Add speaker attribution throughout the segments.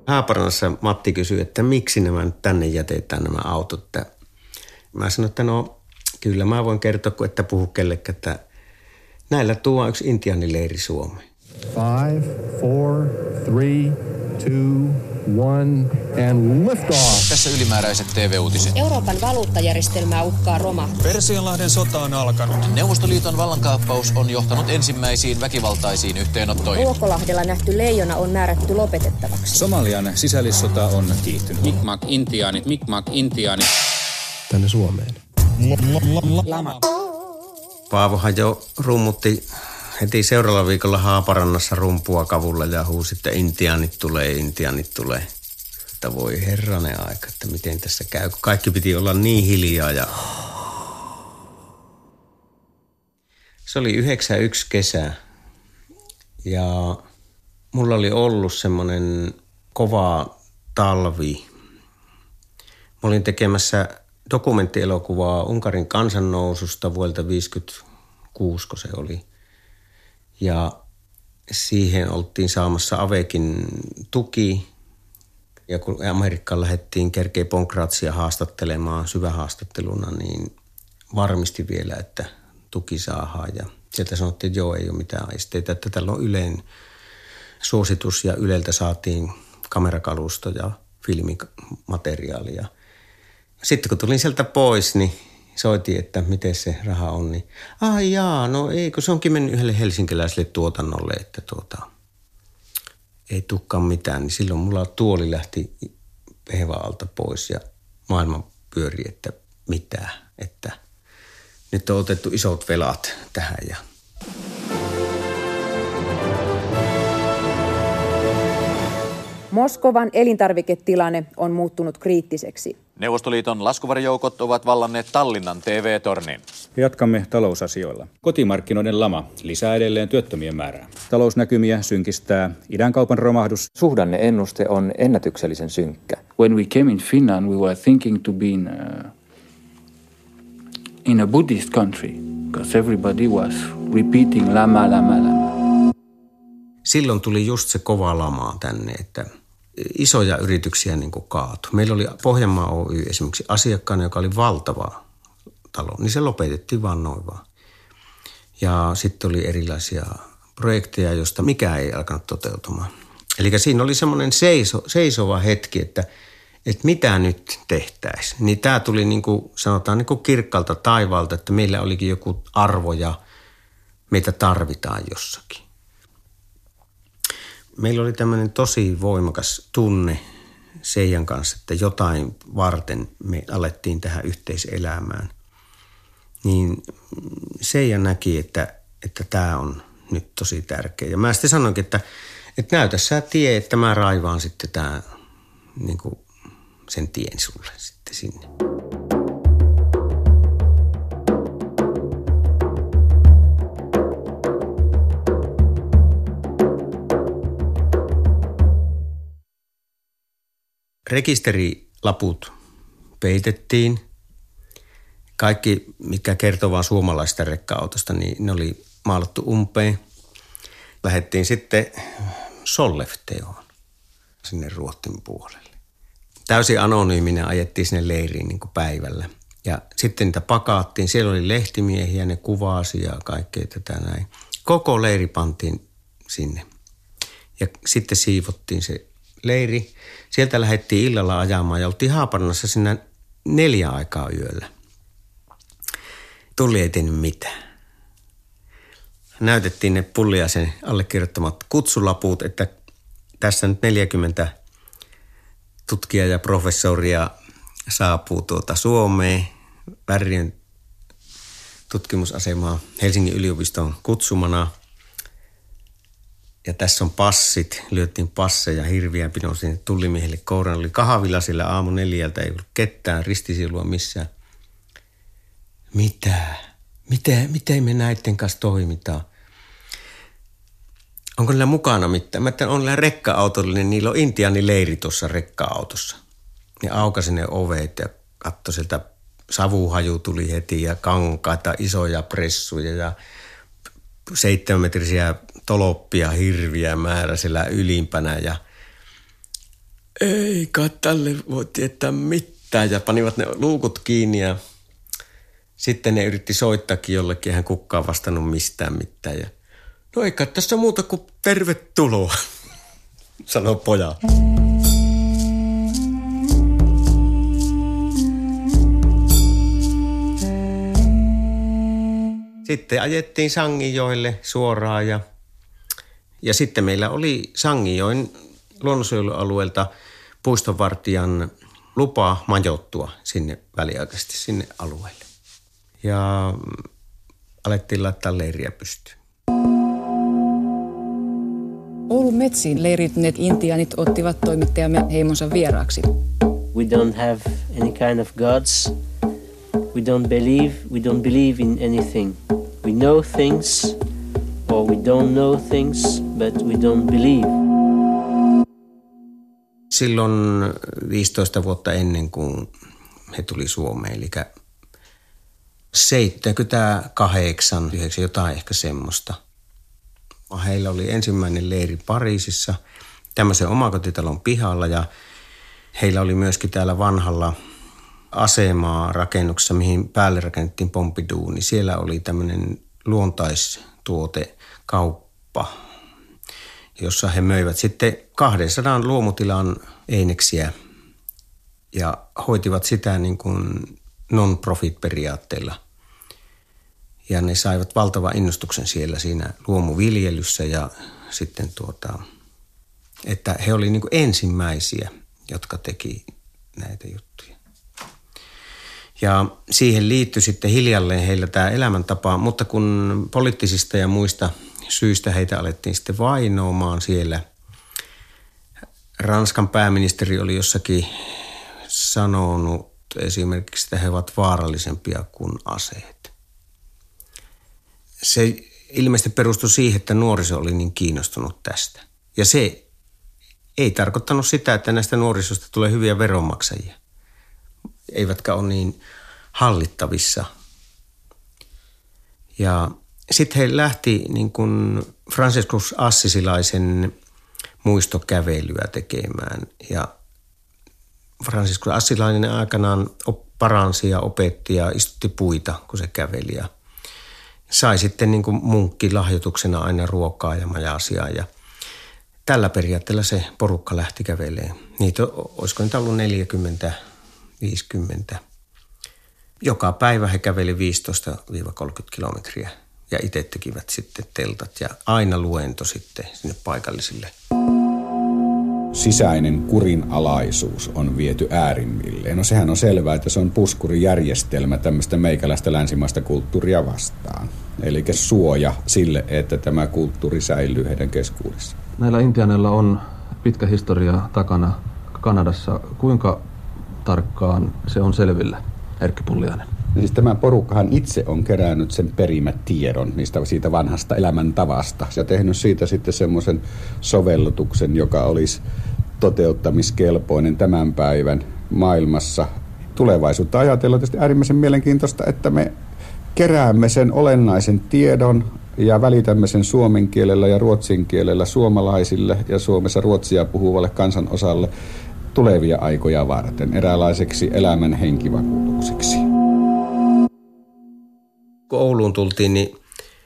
Speaker 1: Haaparannassa Matti kysyi, että miksi nämä tänne jätetään nämä autot. Mä sanoin, että no kyllä mä voin kertoa, kun että puhu kellekään, että näillä tuo yksi intiaanileiri Suomeen.
Speaker 2: 5, 4, 3, 2, 1 and lift off.
Speaker 3: Tässä ylimääräiset TV-uutiset.
Speaker 4: Euroopan valuuttajärjestelmää uhkaa romahtaa.
Speaker 5: Persianlahden sota on alkanut.
Speaker 3: Neuvostoliiton vallankaappaus on johtanut ensimmäisiin väkivaltaisiin yhteenottoihin.
Speaker 4: Ruokolahdella nähty leijona on määrätty lopetettavaksi.
Speaker 6: Somalian sisällissota on kiihtynyt.
Speaker 7: Mi'kmaq-intiaanit.
Speaker 2: Tänne Suomeen.
Speaker 4: Lama.
Speaker 1: Paavohan jo rummutti heti seuraavalla viikolla Haaparannassa rumpua kavulla ja huusi, että intiaanit tulee. Että voi herranen aika, että miten tässä käy. Kaikki piti olla niin hiljaa ja se oli 91 kesä ja mulla oli ollut semmoinen kova talvi. Mä olin tekemässä dokumenttielokuvaa Unkarin kansannoususta vuodelta 1956, kun se oli. Ja siihen oltiin saamassa Avekin tuki. Ja kun Amerikkaan lähdettiin Kerkei Pankratsia haastattelemaan syvähaastatteluna, niin varmisti vielä, että tuki saadaan. Ja sieltä sanottiin, että joo, ei ole mitään esteitä. Että tällä on Ylen suositus ja Yleltä saatiin kamerakalusto ja filmimateriaalia. Sitten kun tulin sieltä pois, niin soitin, että miten se raha on. Niin, no ei, kun se onkin mennyt yhdelle helsinkiläiselle tuotannolle, että ei tulekaan mitään. Niin silloin mulla tuoli lähti pehvaalta pois ja maailman pyöri, että mitä. Että nyt on otettu isot velat tähän ja
Speaker 8: Moskovan elintarviketilanne on muuttunut kriittiseksi.
Speaker 3: Neuvostoliiton laskuvarijoukot ovat vallanneet Tallinnan TV-tornin.
Speaker 6: Jatkamme talousasioilla. Kotimarkkinoiden lama lisää edelleen työttömien määrää. Talousnäkymiä synkistää idänkaupan romahdus.
Speaker 9: Suhdanneennuste on ennätyksellisen synkkä.
Speaker 7: When we came in Finland, we were thinking to be in a Buddhist country, because everybody was repeating lama.
Speaker 1: Silloin tuli just se kova lama tänne, että isoja yrityksiä niin kuin kaatui. Meillä oli Pohjanmaa Oy esimerkiksi asiakkaana, joka oli valtava talo, niin se lopetettiin vaan noin vaan. Ja sitten oli erilaisia projekteja, joista mikään ei alkanut toteutumaan. Eli siinä oli semmoinen seisova hetki, että mitä nyt tehtäisiin. Niin tämä tuli niin kuin sanotaan niin kuin kirkkaalta taivaalta, että meillä olikin joku arvo ja meitä tarvitaan jossakin. Meillä oli tämmöinen tosi voimakas tunne Seijan kanssa, että jotain varten me alettiin tähän yhteiselämään. Niin Seija näki, että tämä on nyt tosi tärkeä. Ja mä sitten sanoinkin, että näytä sä tie, että mä raivaan sitten niin kuin sen tien sulle sitten sinne. Rekisterilaput peitettiin. Kaikki, mitkä kertoo vaan suomalaisesta rekka-autosta, niin ne oli maalattu umpeen. Lähdettiin sitten Sollefteoon sinne Ruotsin puolelle. Täysin anonyyminä ajettiin sinne leiriin niin kuin päivällä. Ja sitten niitä pakaattiin. Siellä oli lehtimiehiä, ne kuvasi ja kaikkea tätä näin. Koko leiri pantiin sinne. Ja sitten siivottiin se leiri. Sieltä lähdettiin illalla ajamaan ja oltiin Haaparannassa sinne 4 aikaa yöllä. Tuli ei tehnyt mitään. Näytettiin ne Pulliaisen allekirjoittamat kutsulaput, että tässä nyt 40 tutkijaa ja professoria saapuu Suomeen Värriön tutkimusasemaa Helsingin yliopiston kutsumana. Ja tässä on passit, lyöttiin passeja hirviän pidon sinne tullimiehelle kouraan. Oli kahvilla sillä aamu 4, ei ollut ketään ristisiilua missään. Miten me näiden kanssa toimitaan? Onko niillä mukana mitään? Mä on niillä rekka-autolla, niin niillä on intiaanileiri tuossa rekka-autossa. Ne aukasi ne ovet ja katsoi sieltä savuhaju tuli heti ja kankaita, isoja pressuja ja 7-metrisiä toloppia hirviä määrä siellä ylimpänä. Ja ei kai tälle voi tietää mitään. Ja panivat ne luukut kiinni ja sitten ne yritti soittaakin jollekin. Hän kukaan vastannut mistään mitään. Ja, no ei kai tässä muuta kuin tervetuloa, sanoi pojat. Sitten ajettiin Sanginjoelle suoraan ja sitten meillä oli Sanginjoen luonnonsuojelualueelta puistonvartijan lupa majoittua sinne väliaikaisesti sinne alueelle. Ja alettiin laittaa leiriä pystyyn.
Speaker 10: Oulun metsiin leiriytyneet intiaanit ottivat toimittajamme heimonsa vieraaksi.
Speaker 11: We don't have any kind of gods. We don't believe in anything. We know things or we don't know things, but we don't believe.
Speaker 1: Silloin 15 vuotta ennen kuin he tuli Suomeen, eli 78, 9, jotain ehkä semmoista. Heillä oli ensimmäinen leiri Pariisissa, tämmöisen omakotitalon pihalla ja heillä oli myöskin täällä vanhalla asemaa rakennuksessa, mihin päälle rakennettiin Pompidou, niin siellä oli tämmöinen luontaistuotekauppa, jossa he möivät sitten 200 luomutilan eineksiä ja hoitivat sitä niin kuin non-profit-periaatteella. Ja ne saivat valtavan innostuksen siellä siinä luomuviljelyssä ja sitten että he olivat niin kuin ensimmäisiä, jotka teki näitä juttuja. Ja siihen liittyi sitten hiljalleen heillä tämä elämäntapa, mutta kun poliittisista ja muista syistä heitä alettiin sitten vainoamaan siellä. Ranskan pääministeri oli jossakin sanonut esimerkiksi, että he ovat vaarallisempia kuin aseet. Se ilmeisesti perustui siihen, että nuoriso oli niin kiinnostunut tästä. Ja se ei tarkoittanut sitä, että näistä nuorisosta tulee hyviä veronmaksajia. Eivätkä ole niin hallittavissa. Ja sitten he lähti niin kuin Franciscus Assisilaisen muistokävelyä tekemään. Ja Franciscus Assisilainen aikanaan paransi ja opetti ja istutti puita, kun se käveli. Ja sai sitten niin kuin munkki lahjoituksena aina ruokaa ja majasia. Ja tällä periaatteella se porukka lähti kävelemään. Niitä olisiko niitä ollut 40-50. Joka päivä he käveli 15-30 kilometriä ja itse tekivät sitten teltat ja aina luento sitten sinne paikallisille.
Speaker 6: Sisäinen kurinalaisuus on viety äärimmilleen. No sehän on selvää, että se on puskurijärjestelmä tämmöistä meikäläistä länsimaista kulttuuria vastaan. Eli suoja sille, että tämä kulttuuri säilyy heidän keskuudessaan.
Speaker 2: Näillä intiaaneilla on pitkä historia takana Kanadassa. Kuinka tarkkaan se on selvillä, Erkki Pulliainen?
Speaker 6: Siis tämä porukkahan itse on kerännyt sen perimätiedon siitä vanhasta elämäntavasta ja tehnyt siitä sitten semmoisen sovellutuksen, joka olisi toteuttamiskelpoinen tämän päivän maailmassa. Tulevaisuutta ajatella tietysti äärimmäisen mielenkiintoista, että me keräämme sen olennaisen tiedon ja välitämme sen suomen kielellä ja ruotsin kielellä suomalaisille ja Suomessa ruotsia puhuvalle kansanosalle tulevia aikoja varten eräänlaiseksi elämän henkivakuutukseksi.
Speaker 1: Kun Ouluun tultiin, niin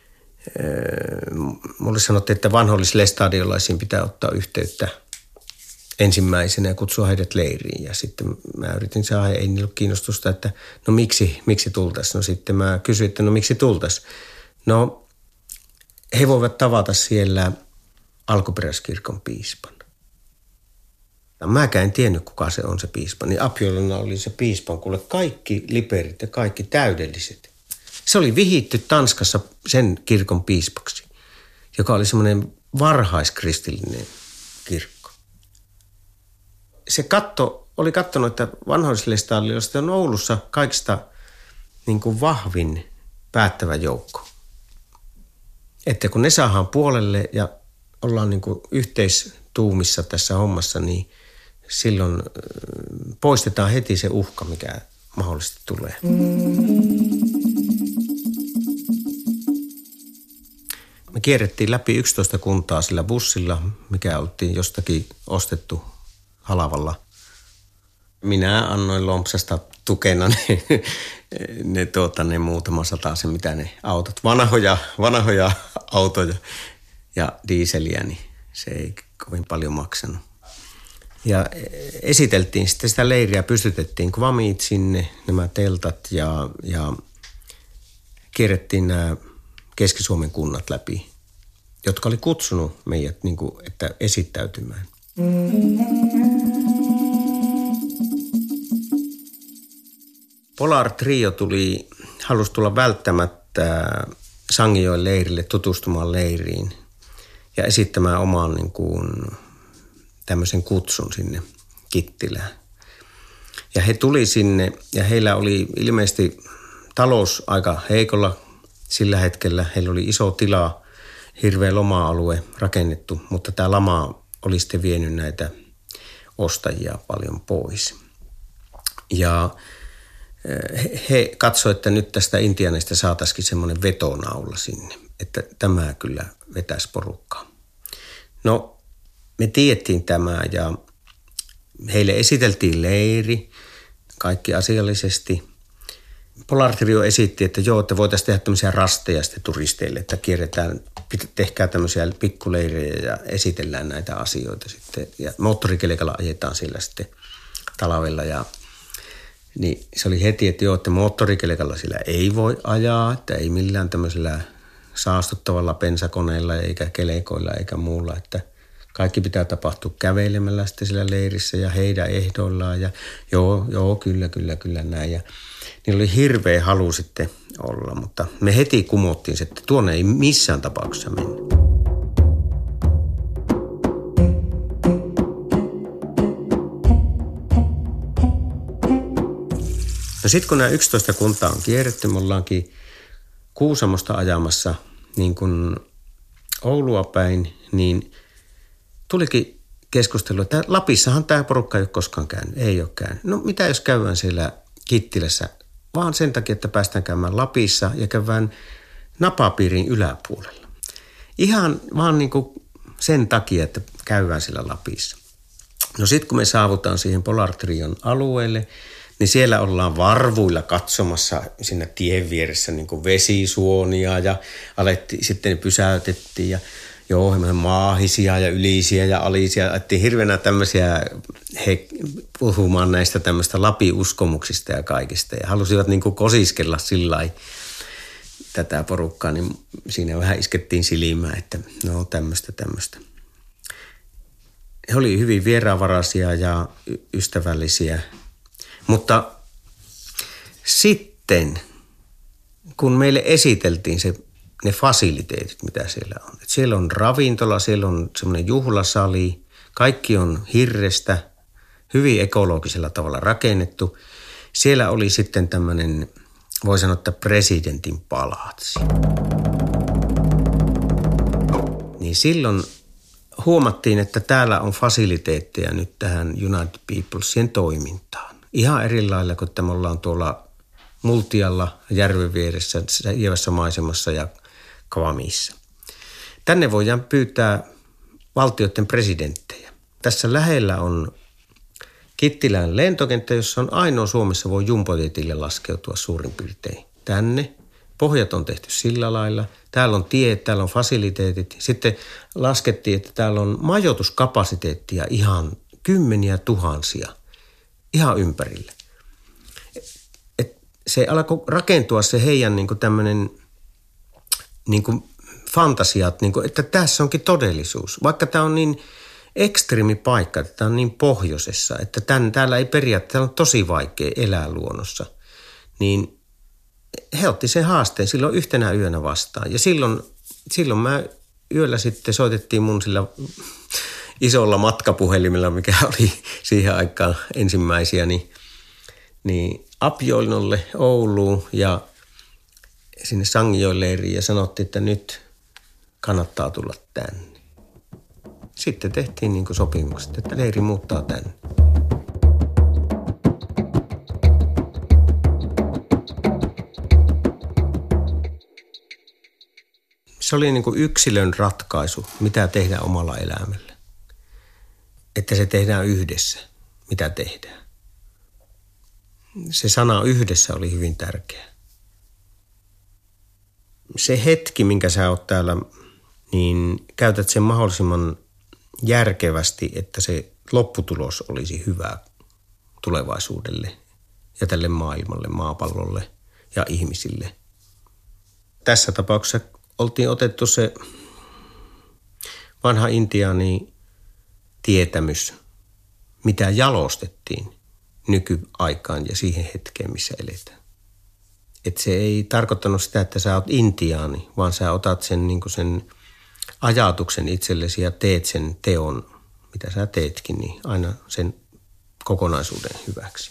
Speaker 1: mulle sanottiin, että vanhollislestadiolaisiin pitää ottaa yhteyttä ensimmäisenä ja kutsua heidät leiriin. Ja sitten mä yritin saada, ei niillä ole kiinnostusta, että no miksi tultaisiin. No sitten mä kysyin, että no miksi tultaisiin. No he voivat tavata siellä alkuperäiskirkon piispan. Mäkään en tiennyt, kuka se on se piispa. Niin Apiolana oli se piispan, kuule kaikki liperit ja kaikki täydelliset. Se oli vihitty Tanskassa sen kirkon piispaksi, joka oli semmoinen varhaiskristillinen kirkko. Se oli katsonut, että vanhoillislestadiolaiset on Oulussa kaikista niin kuin vahvin päättävä joukko. Että kun ne saadaan puolelle ja ollaan niin kuin yhteistuumissa tässä hommassa, niin silloin poistetaan heti se uhka, mikä mahdollisesti tulee. Me kierrettiin läpi 11 kuntaa sillä bussilla, mikä oltiin jostakin ostettu halavalla. Minä annoin lompsasta tukena ne muutama sataisen, mitä ne autot, vanhoja autoja ja diiseliä, niin se ei kovin paljon maksanut. Ja esiteltiin sitten sitä leiriä, pystytettiin kvamit sinne, nämä teltat ja kierrettiin nämä Keski-Suomen kunnat läpi, jotka oli kutsunut meidät niin kuin, että esittäytymään. Polar Trio halusi tulla välttämättä Sanginjoen leirille tutustumaan leiriin ja esittämään oman niin kuin, tämmöisen kutsun sinne Kittilään. Ja he tuli sinne ja heillä oli ilmeisesti talous aika heikolla sillä hetkellä. Heillä oli iso tila, hirveä loma-alue rakennettu, mutta tämä lama oli sitten vienyt näitä ostajia paljon pois. Ja he katsoivat, että nyt tästä Intianista saataisiin semmoinen vetonaula sinne, että tämä kyllä vetäisi porukkaa. No, me tiedettiin tämä ja heille esiteltiin leiri, kaikki asiallisesti. Polar Trio esitti, että joo, että voitaisiin tehdä tämmöisiä rasteja sitten turisteille, että kierretään, tehkää tämmöisiä pikkuleirejä ja esitellään näitä asioita sitten. Ja moottorikelekalla ajetaan sillä sitten talvella ja niin se oli heti, että joo, että moottorikelekalla sillä ei voi ajaa, että ei millään tämmöisellä saastuttavalla pensakoneella eikä kelekoilla eikä muulla, että kaikki pitää tapahtua kävelemällä sitten sillä leirissä ja heidän ehdoillaan ja joo, kyllä näin. Ja niillä oli hirveä halu sitten olla, mutta me heti kumottiin se, että tuonne ei missään tapauksessa mennä. No sitten kun nämä 11 kuntaa on kierretty, me ollaankin Kuusamosta ajamassa niin kuin Oulua päin, niin tulikin keskustelu, että Lapissahan tämä porukka ei ole koskaan käynyt, ei ole käynyt. No mitä jos käydään siellä Kittilässä, vaan sen takia, että päästään käymään Lapissa ja käydään napapiirin yläpuolella. Ihan vaan niin kuin sen takia, että käydään siellä Lapissa. No sitten kun me saavutaan siihen Polar Trion alueelle, niin siellä ollaan varvuilla katsomassa siinä tien vieressä niin kuin vesisuonia ja sitten pysäytettiin ja maahisia ja ylisiä ja alisia. Alettiin hirveänä tämmöisiä puhumaan näistä tämmöistä Lapi-uskomuksista ja kaikista ja halusivat niin kuin kosiskella sillai tätä porukkaa, niin siinä vähän iskettiin silmään, että no tämmöistä. He oli hyvin vieraanvaraisia ja ystävällisiä. Mutta sitten, kun meille esiteltiin ne fasiliteetit, mitä siellä on. Et siellä on ravintola, siellä on semmoinen juhlasali, kaikki on hirrestä, hyvin ekologisella tavalla rakennettu. Siellä oli sitten tämmöinen, voi sanoa, että presidentin palatsi. Niin silloin huomattiin, että täällä on fasiliteetteja nyt tähän United Peoplesien toimintaan. Ihan eri lailla kuin että me ollaan tuolla Multialla, järven vieressä, lievässä maisemassa ja Kvamissa. Tänne voidaan pyytää valtioiden presidenttejä. Tässä lähellä on Kittilän lentokenttä, jossa on ainoa Suomessa voi jumbojetille laskeutua suurin piirtein tänne. Pohjat on tehty sillä lailla. Täällä on tiet, täällä on fasiliteetit. Sitten laskettiin, että täällä on majoituskapasiteettia ihan kymmeniä tuhansia. Ihan ympärille. Se alkoi rakentua se heidän niin kuin tämmöinen niin kuin fantasiat, niin kuin, että tässä onkin todellisuus. Vaikka tämä on niin ekstreemi paikka, että tämä on niin pohjoisessa, että täällä ei periaatteessa, täällä on tosi vaikea elää luonnossa, niin he otti sen haasteen silloin yhtenä yönä vastaan. Ja silloin mä yöllä sitten soitettiin mun sillä isolla matkapuhelimella, mikä oli siihen aikaan ensimmäisiä, niin Apjoilnolle Ouluun ja sinne Sanginjoen leiriin ja sanottiin, että nyt kannattaa tulla tänne. Sitten tehtiin niin kuin sopimukset, että leiri muuttaa tänne. Se oli niin kuin yksilön ratkaisu, mitä tehdä omalla elämällä. että se tehdään yhdessä, mitä tehdään. Se sana yhdessä oli hyvin tärkeä. Se hetki, minkä sä oot täällä, niin käytät sen mahdollisimman järkevästi, että se lopputulos olisi hyvä tulevaisuudelle ja tälle maailmalle, maapallolle ja ihmisille. Tässä tapauksessa oltiin otettu se vanha intiaani tietämys, mitä jalostettiin nykyaikaan ja siihen hetkeen, missä eletään. Että se ei tarkoittanut sitä, että sä oot intiaani, vaan sä otat sen, niin kuin sen ajatuksen itsellesi ja teet sen teon, mitä sä teetkin, niin aina sen kokonaisuuden hyväksi.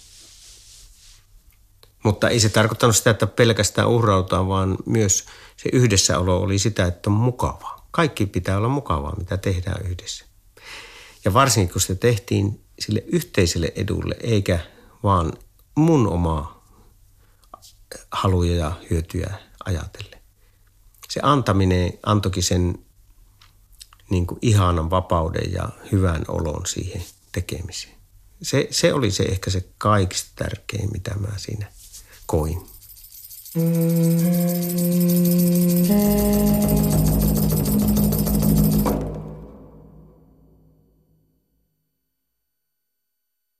Speaker 1: Mutta ei se tarkoittanut sitä, että pelkästään uhrautaan, vaan myös se yhdessäolo oli sitä, että on mukavaa. Kaikki pitää olla mukavaa, mitä tehdään yhdessä. Ja varsinkin, kun se tehtiin sille yhteiselle edulle, eikä vaan mun omaa haluja ja hyötyjä ajatellen. Se antaminen antoikin sen niin kuin ihanan vapauden ja hyvän olon siihen tekemiseen. Se oli se ehkä se kaikista tärkein, mitä mä siinä koin.